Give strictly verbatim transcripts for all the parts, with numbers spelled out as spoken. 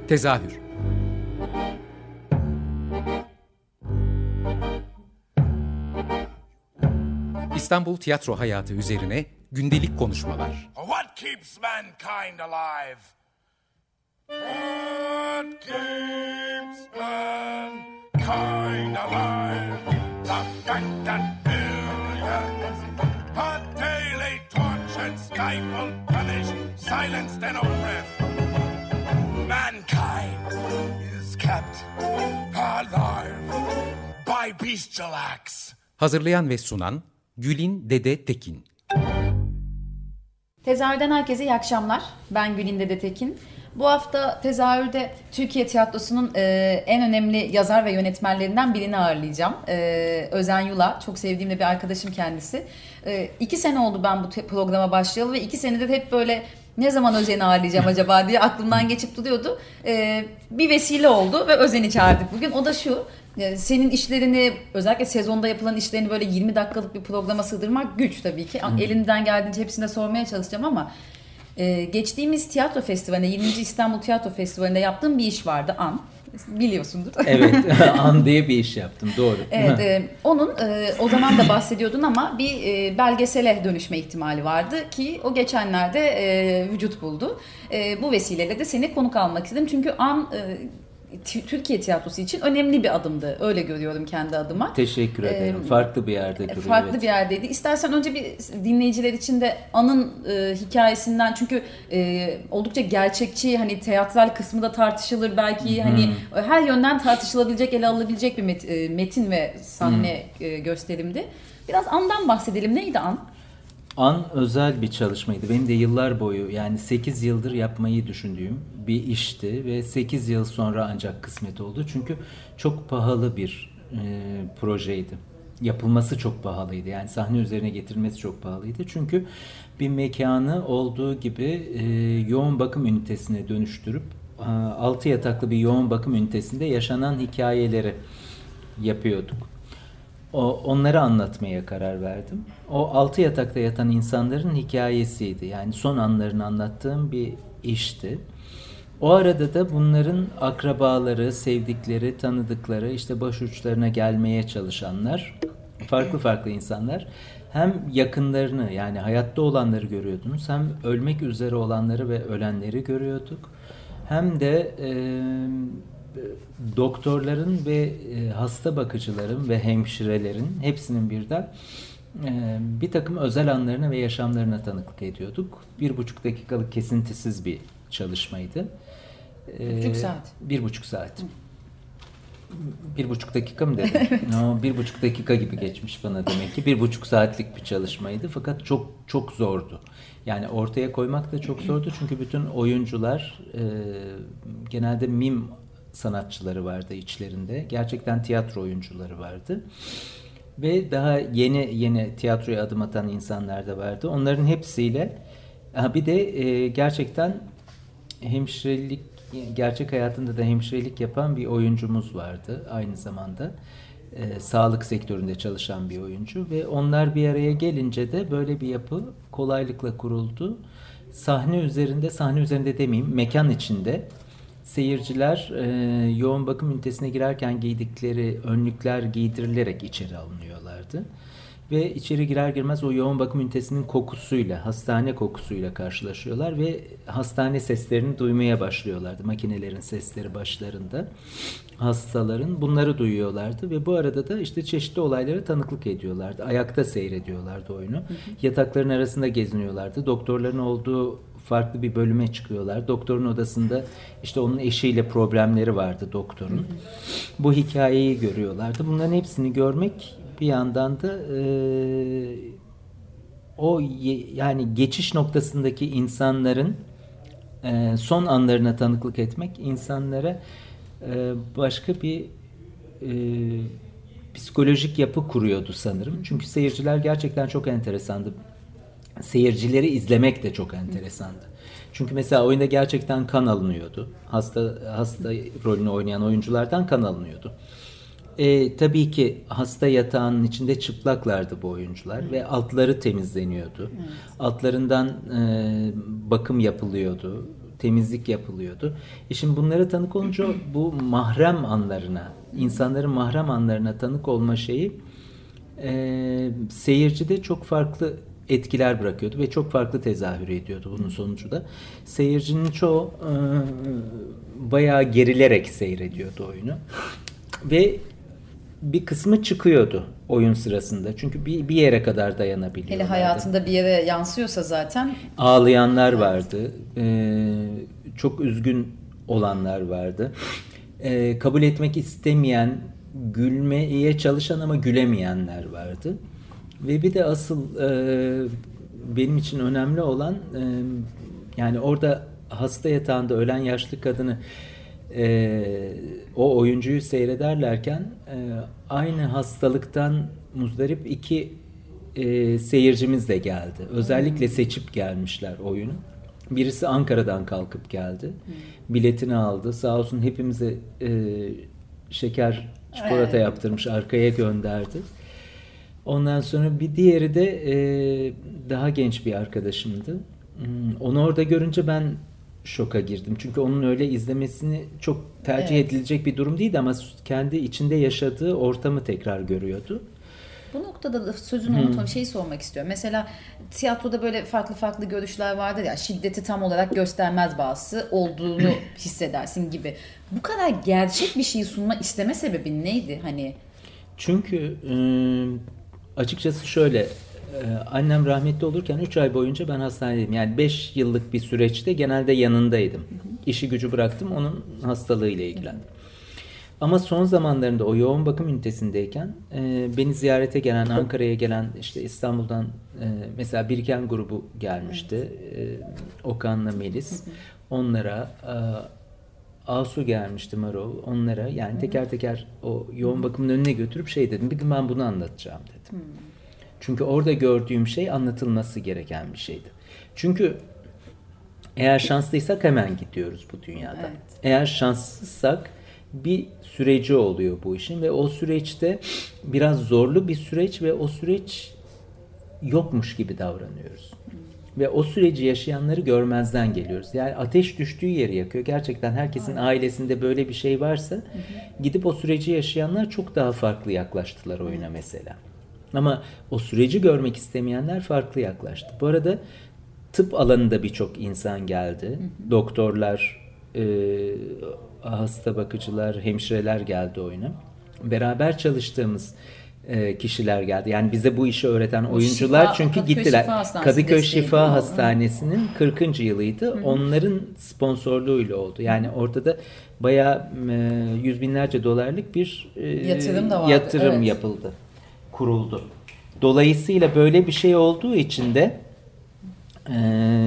Tezahür. İstanbul tiyatro hayatı üzerine gündelik konuşmalar. What keeps mankind alive? What keeps mankind alive? The fact that billions are daily tortured, stifled, punished, silenced and oppressed. Mankind is kept alive by bestial acts. Hazırlayan ve sunan Gülin Dede Tekin. Tezahürden herkese iyi akşamlar. Ben Gülin Dede Tekin. Bu hafta tezahürde Türkiye tiyatrosunun e, en önemli yazar ve yönetmenlerinden birini ağırlayacağım. E, Özen Yula. Çok sevdiğim de bir arkadaşım kendisi. E, iki sene oldu ben bu te- programa başlayalı ve iki senedir hep böyle ne zaman Özen'i ağırlayacağım acaba diye aklımdan geçip duruyordu. E, bir vesile oldu ve Özen'i çağırdık bugün. O da şu: senin işlerini, özellikle sezonda yapılan işlerini böyle yirmi dakikalık bir programa sığdırmak güç tabii ki. Hmm. Elimden geldiğince hepsine sormaya çalışacağım ama e, geçtiğimiz tiyatro festivalinde, yirminci İstanbul Tiyatro Festivali'nde yaptığım bir iş vardı. An. Biliyorsundur. Evet, An diye bir iş yaptım, doğru. Evet, e, onun e, o zaman da bahsediyordun ama bir e, belgesele dönüşme ihtimali vardı ki o geçenlerde e, vücut buldu. E, bu vesileyle de seni konuk almak istedim çünkü An e, Türkiye tiyatrosu için önemli bir adımdı. Öyle görüyorum kendi adıma. Teşekkür ederim. Ee, farklı bir yerde duruyor. Farklı evet. bir yerdeydi. İstersen önce bir dinleyiciler için de An'ın e, hikayesinden, çünkü e, oldukça gerçekçi, hani teatral kısmı da tartışılır belki, hmm. hani her yönden tartışılabilecek, ele alınabilecek bir met, e, metin ve sahne hmm. e, gösterimdi. Biraz An'dan bahsedelim. Neydi An? An özel bir çalışmaydı. Benim de yıllar boyu, yani sekiz yıldır yapmayı düşündüğüm bir işti ve sekiz yıl sonra ancak kısmet oldu. Çünkü çok pahalı bir e, projeydi. Yapılması çok pahalıydı. Yani sahne üzerine getirilmesi çok pahalıydı. Çünkü bir mekanı olduğu gibi e, yoğun bakım ünitesine dönüştürüp e, altı yataklı bir yoğun bakım ünitesinde yaşanan hikayeleri yapıyorduk. O, onları anlatmaya karar verdim. O altı yatakta yatan insanların hikayesiydi. Yani son anlarını anlattığım bir işti. O arada da bunların akrabaları, sevdikleri, tanıdıkları, işte başuçlarına gelmeye çalışanlar, farklı farklı insanlar, hem yakınlarını, yani hayatta olanları görüyordunuz, hem ölmek üzere olanları ve ölenleri görüyorduk. Hem de e, doktorların ve e, hasta bakıcıların ve hemşirelerin hepsinin birden e, bir takım özel anlarına ve yaşamlarına tanıklık ediyorduk. Bir buçuk dakikalık kesintisiz bir çalışmaydı. Bir buçuk saat. Bir buçuk saat. Bir buçuk dakika mı dedim? No, bir buçuk dakika gibi geçmiş bana demek ki. Bir buçuk saatlik bir çalışmaydı. Fakat çok çok zordu. Yani ortaya koymak da çok zordu. Çünkü bütün oyuncular e, genelde mim sanatçıları vardı içlerinde. Gerçekten tiyatro oyuncuları vardı. Ve daha yeni yeni tiyatroya adım atan insanlar da vardı. Onların hepsiyle bir de e, gerçekten hemşirelik, gerçek hayatında da hemşirelik yapan bir oyuncumuz vardı aynı zamanda. E, sağlık sektöründe çalışan bir oyuncu ve onlar bir araya gelince de böyle bir yapı kolaylıkla kuruldu. Sahne üzerinde, sahne üzerinde demeyeyim, mekan içinde seyirciler e, yoğun bakım ünitesine girerken giydikleri önlükler giydirilerek içeri alınıyorlardı. Ve içeri girer girmez o yoğun bakım ünitesinin kokusuyla, hastane kokusuyla karşılaşıyorlar ve hastane seslerini duymaya başlıyorlardı. Makinelerin sesleri başlarında, hastaların bunları duyuyorlardı ve bu arada da işte çeşitli olaylara tanıklık ediyorlardı. Ayakta seyrediyorlardı oyunu. Hı hı. Yatakların arasında geziniyorlardı. Doktorların olduğu farklı bir bölüme çıkıyorlar. Doktorun odasında işte onun eşiyle problemleri vardı doktorun. Hı hı. Bu hikayeyi görüyorlardı. Bunların hepsini görmek bir yandan da e, o ye, yani geçiş noktasındaki insanların e, son anlarına tanıklık etmek insanlara e, başka bir e, psikolojik yapı kuruyordu sanırım. Çünkü seyirciler gerçekten çok enteresandı. Seyircileri izlemek de çok enteresandı. Çünkü mesela oyunda gerçekten kan alınıyordu. Hasta hasta rolünü oynayan oyunculardan kan alınıyordu. E, tabii ki hasta yatağının içinde çıplaklardı bu oyuncular hmm. ve altları temizleniyordu. Evet. Altlarından e, bakım yapılıyordu. temizlik yapılıyordu. E şimdi bunlara tanık olunca bu mahrem anlarına, insanların mahrem anlarına tanık olma şeyi e, seyircide çok farklı etkiler bırakıyordu ve çok farklı tezahür ediyordu bunun sonucu da. Seyircinin çoğu e, bayağı gerilerek seyrediyordu oyunu. Ve bir kısmı çıkıyordu oyun sırasında. Çünkü bir, bir yere kadar dayanabiliyorlardı. Hele hayatında bir yere yansıyorsa zaten. Ağlayanlar vardı. Ee, çok üzgün olanlar vardı. Ee, kabul etmek istemeyen, gülmeye çalışan ama gülemeyenler vardı. Ve bir de asıl e, benim için önemli olan e, yani orada hasta yatağında ölen yaşlı kadını Ee, o oyuncuyu seyrederlerken e, aynı hastalıktan muzdarip iki e, seyircimiz de geldi. Özellikle seçip gelmişler oyunu. Birisi Ankara'dan kalkıp geldi. Hmm. Biletini aldı. Sağ olsun hepimize e, şeker çikolata evet. yaptırmış. Arkaya gönderdi. Ondan sonra bir diğeri de e, daha genç bir arkadaşımdı. Hmm, onu orada görünce ben şoka girdim. Çünkü onun öyle izlemesini çok tercih evet. edilecek bir durum değildi ama kendi içinde yaşadığı ortamı tekrar görüyordu. Bu noktada da sözünü hmm. unutma şeyi sormak istiyorum. Mesela tiyatroda böyle farklı farklı görüşler vardır ya, şiddeti tam olarak göstermez bazısı, olduğunu hissedersin gibi. Bu kadar gerçek bir şeyi sunma isteme sebebin neydi? Hani çünkü açıkçası şöyle, annem rahmetli olurken üç ay boyunca ben hastanedeydim. Yani beş yıllık bir süreçte genelde yanındaydım. Hı hı. İşi gücü bıraktım, onun hastalığıyla ilgilendim. Hı hı. Ama son zamanlarında o yoğun bakım ünitesindeyken e, beni ziyarete gelen, Ankara'ya gelen, işte İstanbul'dan e, mesela Biriken grubu gelmişti. Evet. E, Okan'la Melis. Hı hı. Onlara e, Asu gelmişti, Marov. Onlara yani teker teker o yoğun bakımın önüne götürüp şey dedim. Bir gün ben bunu anlatacağım dedim. Hı. Çünkü orada gördüğüm şey anlatılması gereken bir şeydi. Çünkü eğer şanslıysak hemen gidiyoruz bu dünyadan. Evet. Eğer şanssızsak bir süreci oluyor bu işin ve o süreçte biraz zorlu bir süreç ve o süreç yokmuş gibi davranıyoruz. Hmm. Ve o süreci yaşayanları görmezden geliyoruz. Yani ateş düştüğü yeri yakıyor. Gerçekten herkesin Aynen. ailesinde böyle bir şey varsa hı hı. gidip o süreci yaşayanlar çok daha farklı yaklaştılar oyuna mesela. Ama o süreci görmek istemeyenler farklı yaklaştı. Bu arada tıp alanında birçok insan geldi. Hı hı. Doktorlar, e, hasta bakıcılar, hemşireler geldi oyuna. Beraber çalıştığımız e, kişiler geldi. Yani bize bu işi öğreten o oyuncular şifa, çünkü Kadıköy gittiler. Şifa Kadıköy Şifa Hastanesi'nin kırkıncı yılıydı. Hı hı. Onların sponsorluğuyla oldu. Yani ortada bayağı e, yüz binlerce dolarlık bir e, yatırım, da vardı. yatırım evet. yapıldı. Kuruldu. Dolayısıyla böyle bir şey olduğu için de e,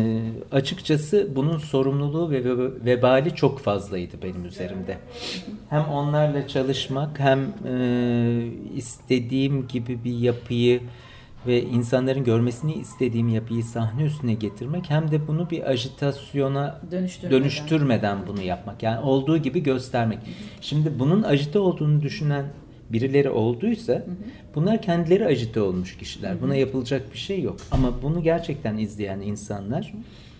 açıkçası bunun sorumluluğu ve vebali çok fazlaydı benim üzerimde. Hem onlarla çalışmak hem e, istediğim gibi bir yapıyı ve insanların görmesini istediğim yapıyı sahne üstüne getirmek hem de bunu bir ajitasyona dönüştürmeden, dönüştürmeden bunu yapmak. Yani olduğu gibi göstermek. Şimdi bunun ajite olduğunu düşünen birileri olduysa hı hı. bunlar kendileri ajite olmuş kişiler. Hı hı. Buna yapılacak bir şey yok. Ama bunu gerçekten izleyen insanlar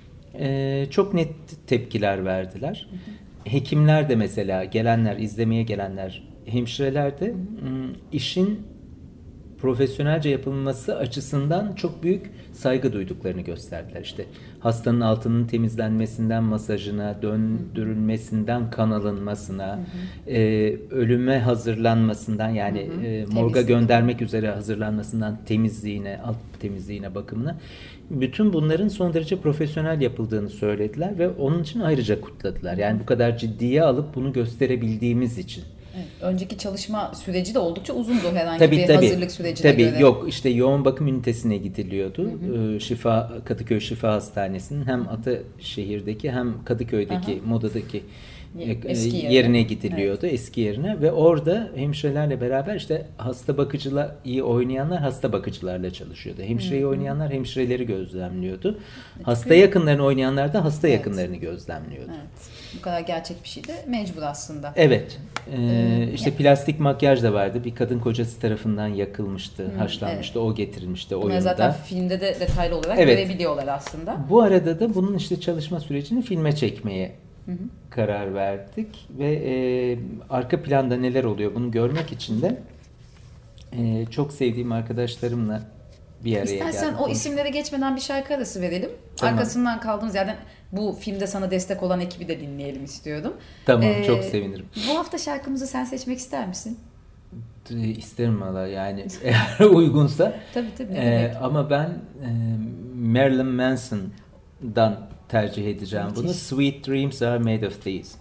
e, çok net tepkiler verdiler. Hı hı. Hekimler de mesela gelenler, izlemeye gelenler, hemşireler de hı hı. işin profesyonelce yapılması açısından çok büyük saygı duyduklarını gösterdiler. İşte hastanın altının temizlenmesinden masajına, döndürülmesinden kan alınmasına, hı hı. E, ölüme hazırlanmasından yani hı hı. E, morga göndermek üzere hazırlanmasından temizliğine, alt temizliğine, bakımına. Bütün bunların son derece profesyonel yapıldığını söylediler ve onun için ayrıca kutladılar. Yani bu kadar ciddiye alıp bunu gösterebildiğimiz için. Evet, önceki çalışma süreci de oldukça uzundu herhangi tabii, bir tabii, hazırlık sürecine tabii, göre. Tabii yok işte yoğun bakım ünitesine gidiliyordu. Hı hı. Şifa Kadıköy Şifa Hastanesi'nin hem Ataşehir'deki hem Kadıköy'deki Aha. Moda'daki Eski yerine. yerine gidiliyordu, evet. Eski yerine ve orada hemşirelerle beraber işte hasta bakıcılar iyi oynayanlar hasta bakıcılarla çalışıyordu. Hemşireyi hmm. oynayanlar hemşireleri gözlemliyordu. Evet, hasta çünkü... yakınlarını oynayanlar da hasta evet. yakınlarını gözlemliyordu. Evet. Bu kadar gerçek bir şey de mecbur aslında. Evet. Ee, ee, işte yani... plastik makyaj da vardı. Bir kadın kocası tarafından yakılmıştı, hmm, haşlanmıştı. Evet. O getirilmişti oyunda. Bunları zaten filmde de detaylı olarak evet. görebiliyorlar aslında. Bu arada da bunun işte çalışma sürecini filme çekmeye Hı hı. karar verdik ve e, arka planda neler oluyor bunu görmek için de e, çok sevdiğim arkadaşlarımla bir araya geldik. İstersen o isimlere geçmeden bir şarkı arası verelim. Tamam. Arkasından kaldığımız yerden bu filmde sana destek olan ekibi de dinleyelim istiyordum. Tamam, ee, çok sevinirim. Bu hafta şarkımızı sen seçmek ister misin? İsterim valla yani eğer uygunsa. Tabii tabii. Ne ee, demek? ama ben e, Marilyn Manson'dan tercih edeceğim Müthiş. Bunu. Sweet Dreams Are Made of These.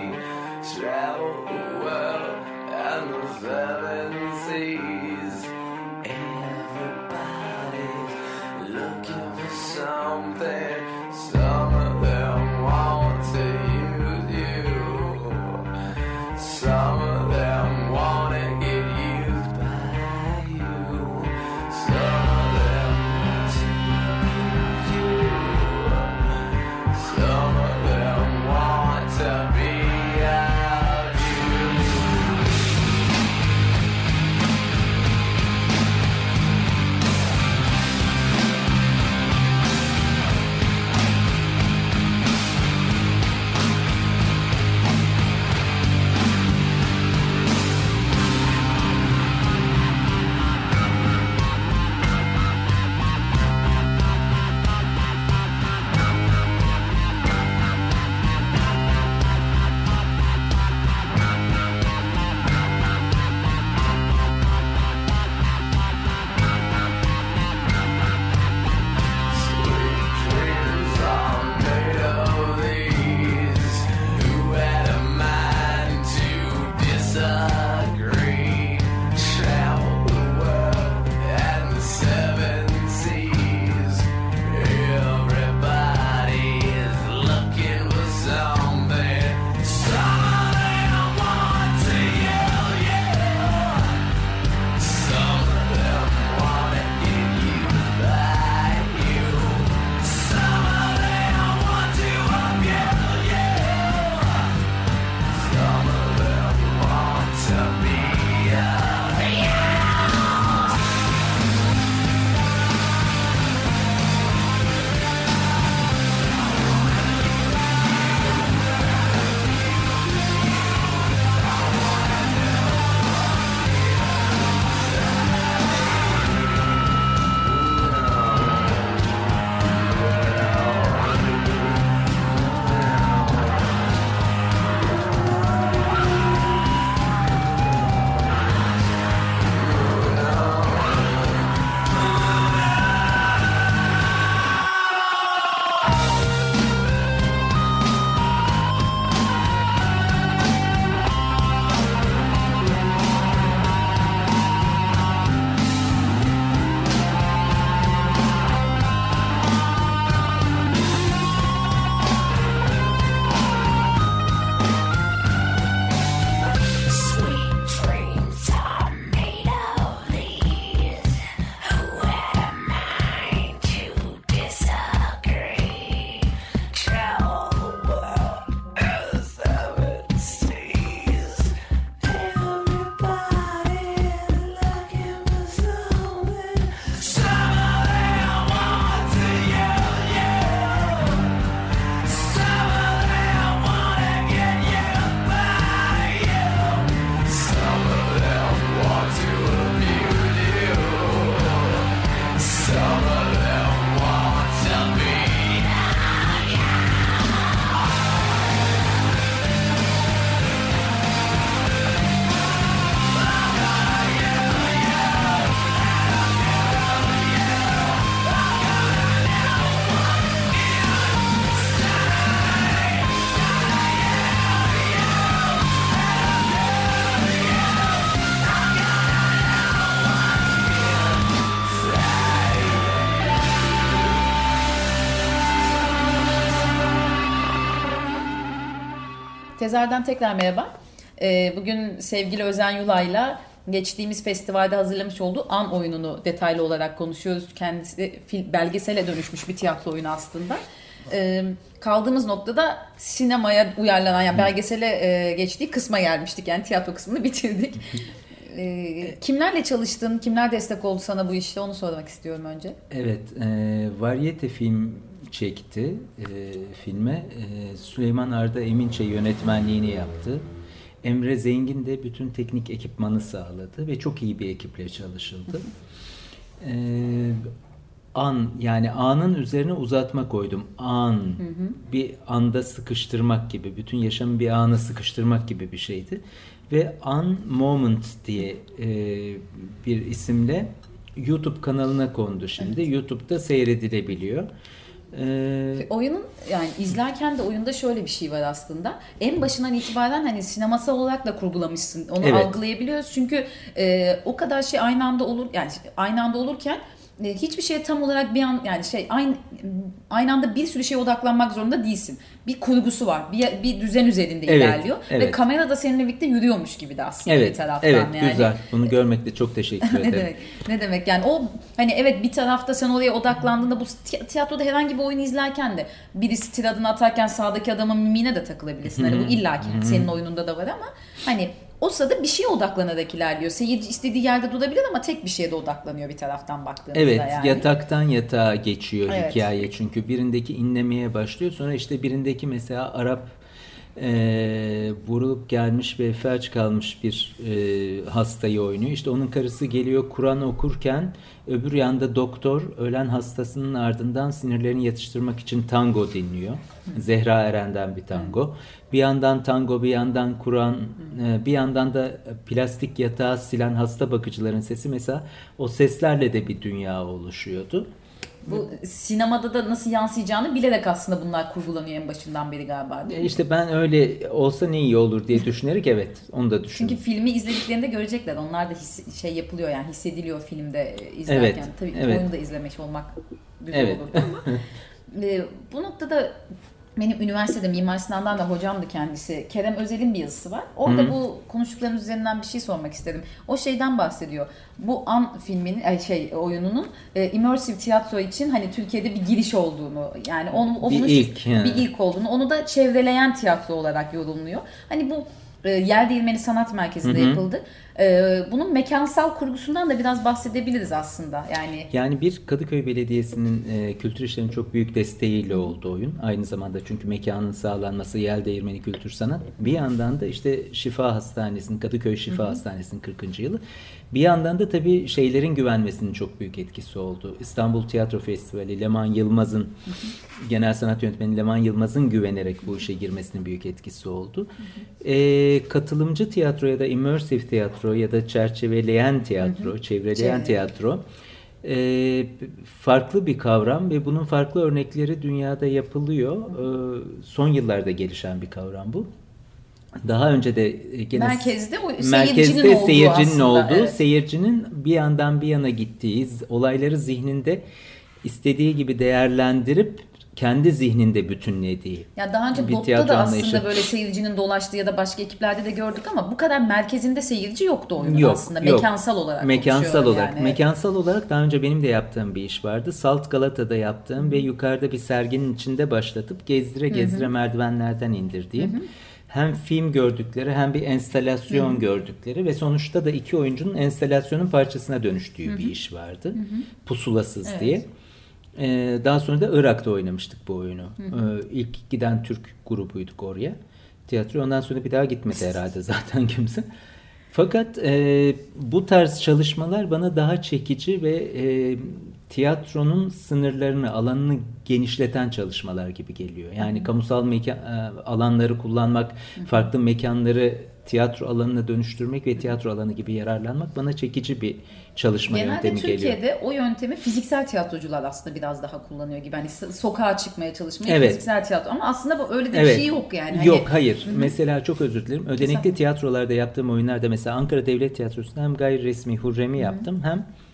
Travel the world and the seven seas. Tezahürden tekrar merhaba. Ee, bugün sevgili Özen Yula'yla geçtiğimiz festivalde hazırlamış olduğu An oyununu detaylı olarak konuşuyoruz. Kendisi fil, belgesele dönüşmüş bir tiyatro oyunu aslında. Ee, kaldığımız noktada sinemaya uyarlanan, yani belgesele e, geçtiği kısma gelmiştik. Yani tiyatro kısmını bitirdik. Ee, kimlerle çalıştın, kimler destek oldu sana bu işte, onu sormak istiyorum önce. Evet, e, Varyete film çekti e, filme. E, Süleyman Arda Eminçe yönetmenliğini yaptı. Emre Zengin de bütün teknik ekipmanı sağladı ve çok iyi bir ekiple çalışıldı. E, an, yani anın üzerine uzatma koydum. An, hı hı. Bir anda sıkıştırmak gibi, bütün yaşamı bir ana sıkıştırmak gibi bir şeydi. Ve An Moment diye e, bir isimle YouTube kanalına kondu şimdi. Evet. YouTube'da seyredilebiliyor. Ee, Oyunun, yani izlerken de oyunda şöyle bir şey var aslında. En başından itibaren hani sinemasal olarak da kurgulamışsın. Onu evet. algılayabiliyoruz. Çünkü e, o kadar şey aynı anda olur, yani aynı anda olurken e, hiçbir şeye tam olarak bir an, yani şey aynı aynı anda bir sürü şeye odaklanmak zorunda değilsin. Bir kurgusu var. Bir, bir düzen üzerinde evet, ilerliyor evet. ve kamera da seninle birlikte yürüyormuş gibi de aslında evet, bir taraftan. Evet, yani. güzel. Bunu görmekle çok teşekkür ederim. ne demek? Ne demek? Yani o hani evet, bir tarafta sen oraya odaklandığında, bu tiyatroda herhangi bir oyunu izlerken de birisi tiradını atarken sağdaki adamın mimiğine de takılabilirsin. Hani bu illaki senin oyununda da var ama hani o sırada bir şeye odaklanarak ilerliyor. Seyirci istediği yerde durabilir ama tek bir şeye de odaklanıyor bir taraftan baktığınızda. Evet, yani. yataktan yatağa geçiyor evet. hikaye. Çünkü birindeki inlemeye başlıyor. Sonra işte birindeki mesela Arap e, vurulup gelmiş ve felç kalmış bir e, hastayı oynuyor. İşte onun karısı geliyor Kur'an okurken öbür yanda doktor ölen hastasının ardından sinirlerini yatıştırmak için tango dinliyor. Zehra Eren'den bir tango. Bir yandan tango, bir yandan Kur'an, bir yandan da plastik yatağı silen hasta bakıcıların sesi, mesela o seslerle de bir dünya oluşuyordu. Bu sinemada da nasıl yansıyacağını bilerek aslında bunlar kurgulanıyor en başından beri galiba, değil mi? İşte ben öyle olsa ne iyi olur diye düşünerek evet, onu da düşündüm. Çünkü filmi izlediklerinde görecekler. Onlar da his, şey yapılıyor, yani hissediliyor filmde izlerken. Evet, Tabii evet. oyunu da izlemiş olmak güzel evet. olurdu ama e, bu noktada benim üniversitede Mimar Sinan'dan da hocamdı kendisi. Kerem Özel'in bir yazısı var. Orada Hı-hı. bu konuştuklarımız üzerinden bir şey sormak istedim. O şeyden bahsediyor. Bu An filminin, şey oyununun e, immersive tiyatro için hani Türkiye'de bir giriş olduğunu, yani onu, o bir bunu, ilk yani. bir ilk olduğunu, onu da çevreleyen tiyatro olarak yorumluyor. Hani bu e, Yer Değirmeni Sanat Merkezi'nde Hı-hı. yapıldı. E, bunun mekansal kurgusundan da biraz bahsedebiliriz aslında. Yani yani bir Kadıköy Belediyesi'nin e, kültür işlerinin çok büyük desteğiyle oldu oyun. Aynı zamanda çünkü mekanın sağlanması, Yel Değirmeni Kültür Sanat. Bir yandan da işte Şifa Hastanesi'nin, Kadıköy Şifa Hı-hı. Hastanesi'nin kırkıncı yılı. Bir yandan da tabii şeylerin güvenmesinin çok büyük etkisi oldu. İstanbul Tiyatro Festivali, Leman Yılmaz'ın, Hı-hı. Genel Sanat Yönetmeni Leman Yılmaz'ın güvenerek bu işe girmesinin büyük etkisi oldu. E, katılımcı tiyatro ya da immersive tiyatro ya da çerçeveleyen tiyatro, Hı-hı. çevreleyen Çevre. tiyatro e, farklı bir kavram ve bunun farklı örnekleri dünyada yapılıyor. E, son yıllarda gelişen bir kavram bu. Daha önce de gene merkezde o seyircinin merkezde olduğu seyircinin aslında, olduğu, evet. seyircinin bir yandan bir yana gittiği, olayları zihninde istediği gibi değerlendirip kendi zihninde bütünlediği. Ya daha önce bir Dot'ta da anlayışı. aslında böyle seyircinin dolaştığı ya da başka ekiplerde de gördük ama bu kadar merkezinde seyirci yoktu oyunun yok, aslında. Yok. Mekansal olarak. Mekansal olarak. Yani. Mekansal olarak daha önce benim de yaptığım bir iş vardı. Salt Galata'da yaptığım Hı-hı. ve yukarıda bir serginin içinde başlatıp gezdire gezdire Hı-hı. merdivenlerden indirdiğim. Hı-hı. Hem film gördükleri hem bir enstalasyon Hı-hı. gördükleri ve sonuçta da iki oyuncunun enstalasyonun parçasına dönüştüğü Hı-hı. bir iş vardı. Hı-hı. Pusulasız evet. diye. Ee, daha sonra da Irak'ta oynamıştık bu oyunu. Ee, ilk giden Türk grubuyduk oraya. Tiyatro. Ondan sonra bir daha gitmedi herhalde zaten kimse. Fakat e, bu tarz çalışmalar bana daha çekici ve e, tiyatronun sınırlarını, alanını genişleten çalışmalar gibi geliyor. Yani Hı-hı. kamusal mekan, alanları kullanmak, Hı-hı. farklı mekanları tiyatro alanına dönüştürmek ve tiyatro alanı gibi yararlanmak bana çekici bir çalışma Genelde yöntemi Türkiye'de geliyor. Genelde Türkiye'de o yöntemi fiziksel tiyatrocular aslında biraz daha kullanıyor gibi. Hani sokağa çıkmaya çalışmayı evet. fiziksel tiyatro. Ama aslında bu öyle de evet. bir şey yok yani. Yok hani... hayır. Hı-hı. Mesela çok özür dilerim. Ödenekli Mesela... tiyatrolarda yaptığım oyunlarda mesela Ankara Devlet Tiyatrosu'nda hem gayri resmi Hurrem'i yaptım hem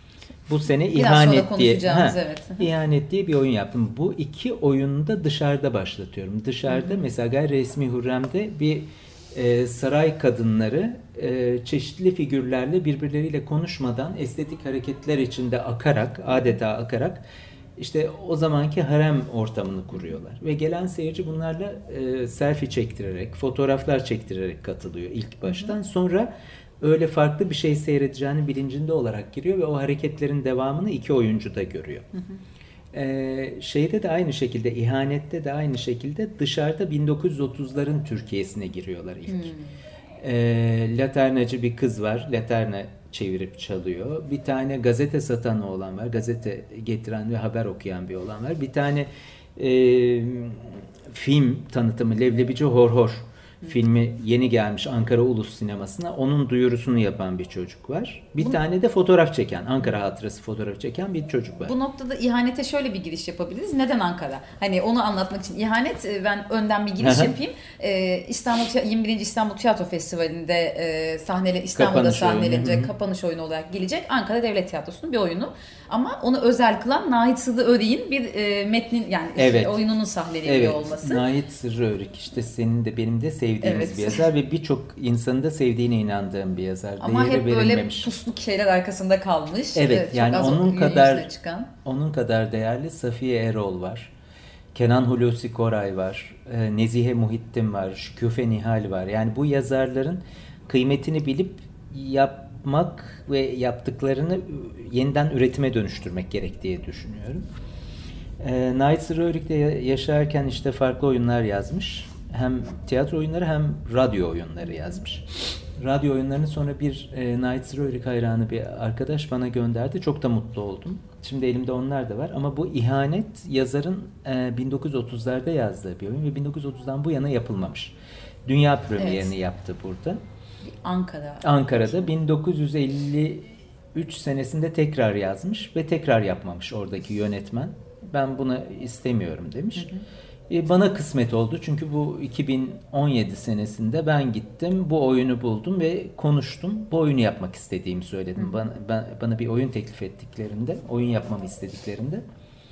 Bu sene Biraz sonra ihanet diye konuşacağımız, ha, evet. ihanet diye bir oyun yaptım. Bu iki oyunu da dışarıda başlatıyorum. Dışarıda mesela gayri resmi Hürrem'de bir e, saray kadınları e, çeşitli figürlerle birbirleriyle konuşmadan estetik hareketler içinde akarak, adeta akarak işte o zamanki harem ortamını kuruyorlar. Ve gelen seyirci bunlarla e, selfie çektirerek, fotoğraflar çektirerek katılıyor ilk baştan. Sonra öyle farklı bir şey seyredeceğini bilincinde olarak giriyor ve o hareketlerin devamını iki oyuncu da görüyor. Hı hı. Ee, şeyde de aynı şekilde, ihanette de aynı şekilde dışarıda bin dokuz yüz otuzların Türkiye'sine giriyorlar ilk. Hmm. Ee, laternacı bir kız var, laterna çevirip çalıyor. Bir tane gazete satan oğlan var, gazete getiren ve haber okuyan bir oğlan var. Bir tane e, film tanıtımı, Leblebici Hor Hor filmi yeni gelmiş Ankara Ulus Sineması'na. Onun duyurusunu yapan bir çocuk var. Bir Bu, tane de fotoğraf çeken, Ankara hatırası fotoğraf çeken bir çocuk var. Bu noktada ihanete şöyle bir giriş yapabiliriz. Neden Ankara? Hani onu anlatmak için ihanet, ben önden bir giriş yapayım. Ee, İstanbul yirmi birinci İstanbul Tiyatro Festivali'nde e, sahnele İstanbul'da kapanış sahnelenecek, oyunu. kapanış oyunu olarak gelecek. Ankara Devlet Tiyatrosu'nun bir oyunu. Ama onu özel kılan Nahit Sırrı Örik'in bir e, metnin yani evet. oyununun sahneleniyor evet. olması. Nahit Sırrı Örik işte senin de benim de sevdiğimiz evet. bir yazar ve birçok insanın da sevdiğine inandığım bir yazar. Ama Değeri hep böyle pusluk şeyler arkasında kalmış. Evet, evet yani onun kadar çıkan. onun kadar değerli Safiye Erol var. Kenan Hulusi Koray var. Nezihe Muhittin var. Şüküfe Nihal var. Yani bu yazarların kıymetini bilip yap yapmak ve yaptıklarını yeniden üretime dönüştürmek gerek diye düşünüyorum. E, Nahit Sırrı Örik'te yaşarken işte farklı oyunlar yazmış. Hem tiyatro oyunları hem radyo oyunları yazmış. Radyo oyunlarını sonra bir e, Nahit Sırrı Örik hayranı bir arkadaş bana gönderdi. Çok da mutlu oldum. Şimdi elimde onlar da var. Ama bu ihanet yazarın e, bin dokuz yüz otuzlarda yazdığı bir oyun ve bin dokuz yüz otuzdan bu yana yapılmamış. Dünya premierini evet. yaptı burada. Ankara. Ankara'da bin dokuz yüz elli üç senesinde tekrar yazmış ve tekrar yapmamış oradaki yönetmen. Ben bunu istemiyorum demiş. Hı hı. E, bana kısmet oldu çünkü bu iki bin on yedi senesinde ben gittim, bu oyunu buldum ve konuştum. Bu oyunu yapmak istediğimi söyledim. Hı. Bana, ben, bana bir oyun teklif ettiklerinde, oyun yapmamı istediklerinde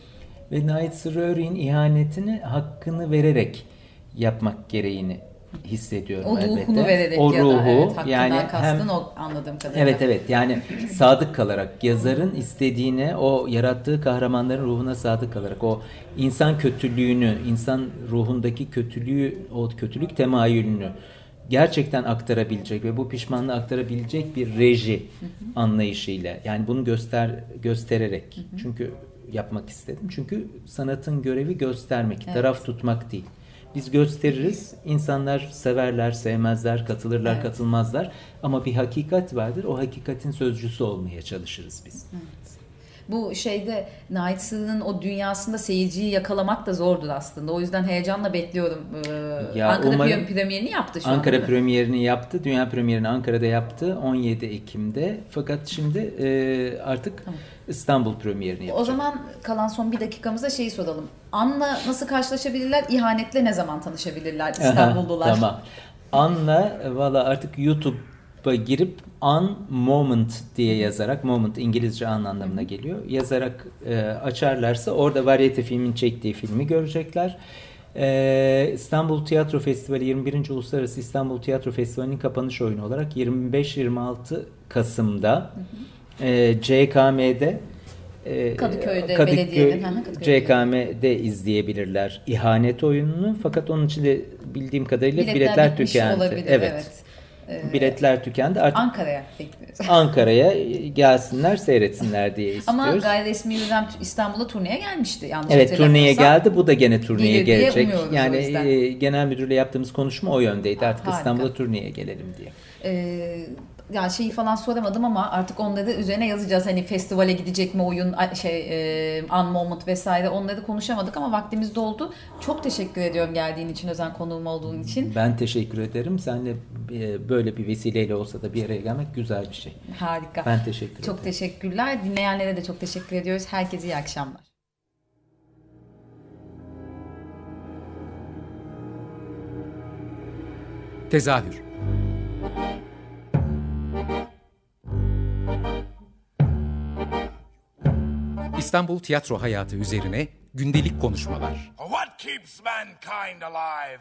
ve Nahit Sırrı Örik'in ihanetini hakkını vererek yapmak gereğini hissediyorum o elbette. O ruhunu vererek o ya ruhu, da evet, yani kastın hem, o anladığım kadarıyla. Evet evet yani sadık kalarak yazarın istediğine, o yarattığı kahramanların ruhuna sadık kalarak o insan kötülüğünü, insan ruhundaki kötülüğü, o kötülük temayülünü gerçekten aktarabilecek ve bu pişmanlığı aktarabilecek bir reji hı hı. anlayışıyla, yani bunu göster göstererek hı hı. çünkü yapmak istedim. Çünkü sanatın görevi göstermek, evet. taraf tutmak değil. Biz gösteririz, insanlar severler, sevmezler, katılırlar, evet. katılmazlar. Ama bir hakikat vardır, o hakikatin sözcüsü olmaya çalışırız biz. Evet. Bu şeyde Nahit Sırrı'nın o dünyasında seyirciyi yakalamak da zordur aslında. O yüzden heyecanla bekliyorum. Ee, ya Ankara umarım, premierini yaptı şu Ankara anda. premierini yaptı, dünya premierini Ankara'da yaptı on yedi Ekim'de. Fakat şimdi e, artık tamam. İstanbul premierini yapacak. O zaman kalan son bir dakikamızda şeyi soralım. An'la nasıl karşılaşabilirler? İhanetle ne zaman tanışabilirler İstanbullular? Tamam. An'la valla artık YouTube'a girip An Moment diye yazarak, Moment İngilizce an anlamına geliyor. Yazarak e, açarlarsa orada Variety filmin çektiği filmi görecekler. Ee, İstanbul Tiyatro Festivali yirmi birinci Uluslararası İstanbul Tiyatro Festivali'nin kapanış oyunu olarak yirmi beş yirmi altı Kasım'da hı hı. E, C K M'de e, Kadıköy'de Kadıköy, belediyenin C K M'de izleyebilirler ihanet oyununu. Fakat onun için de bildiğim kadarıyla biletler, biletler tükendi. Evet. evet. Biletler tükendi. Artık Ankara'ya bekliyoruz. Ankara'ya gelsinler, seyretsinler diye istiyoruz. Ama gayri resmi Hürrem İstanbul'a turneye gelmişti. Yanlış evet, turneye geldi. Bu da gene turneye gelecek. Yani e, genel müdürle yaptığımız konuşma o yöndeydi. Artık Harika. İstanbul'a turneye gelelim diye. Ee, yani şeyi falan soramadım ama artık onları da üzerine yazacağız. Hani festivale gidecek mi oyun, şey, e, An Moment vesaire, onları konuşamadık ama vaktimiz doldu. Çok teşekkür ediyorum geldiğin için, özel konuğum olduğun için. Ben teşekkür ederim. Seninle böyle bir vesileyle olsa da bir araya gelmek güzel bir şey. Harika. Ben teşekkür ederim. Çok teşekkürler. Dinleyenlere de çok teşekkür ediyoruz. Herkese iyi akşamlar. Tezahür. İstanbul tiyatro hayatı üzerine gündelik konuşmalar. What keeps mankind alive?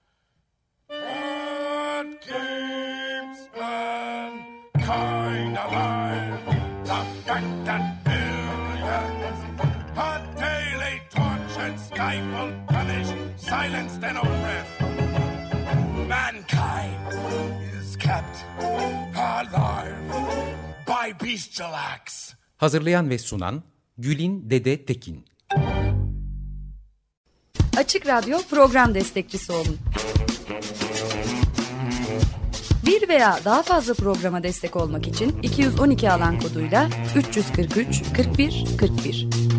What keeps mankind alive? The fact that billions are daily tortured, stifled, punished, silenced and oppressed. Mankind is kept alive by bestial acts. Hazırlayan ve sunan Gülin Dede Tekin. Açık Radyo program destekçisi olun. Bir veya daha fazla programa destek olmak için iki yüz on iki alan koduyla üç yüz kırk üç kırk bir kırk bir.